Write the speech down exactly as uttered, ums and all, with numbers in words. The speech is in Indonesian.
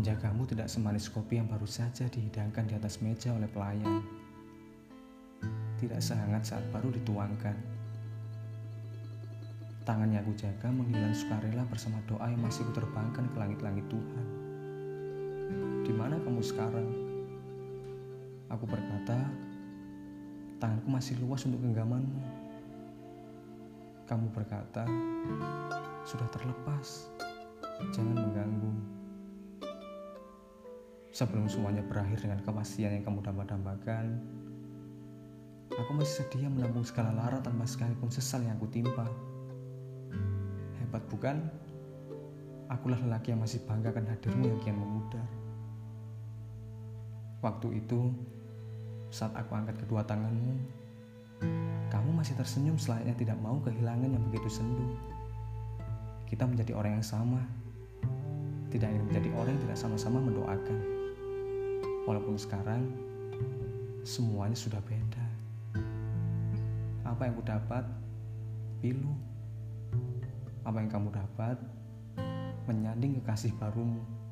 Menjagamu tidak semanis kopi yang baru saja dihidangkan di atas meja oleh pelayan. Tidak sehangat saat baru dituangkan. Tangan yang aku jaga menghilang sukarela bersama doa yang masih kuterbangkan ke langit-langit Tuhan. Di mana kamu sekarang? Aku berkata, tanganku masih luas untuk genggamanmu. Kamu berkata, sudah terlepas, jangan mengganggu. Sebelum semuanya berakhir dengan kepastian yang kamu dambakan, aku masih sedia menampung segala lara tanpa sekalipun sesal yang aku timpa. Hebat bukan? Akulah lelaki yang masih banggakan hadirmu yang kian memudar. Waktu itu, saat aku angkat kedua tanganmu, kamu masih tersenyum selayaknya tidak mau kehilangan yang begitu sendu. Kita menjadi orang yang sama, tidak ingin menjadi orang yang tidak sama-sama mendoakan. Walaupun sekarang, semuanya sudah beda. Apa yang ku dapat? Pilu. Apa yang kamu dapat? Menyanding kekasih barumu.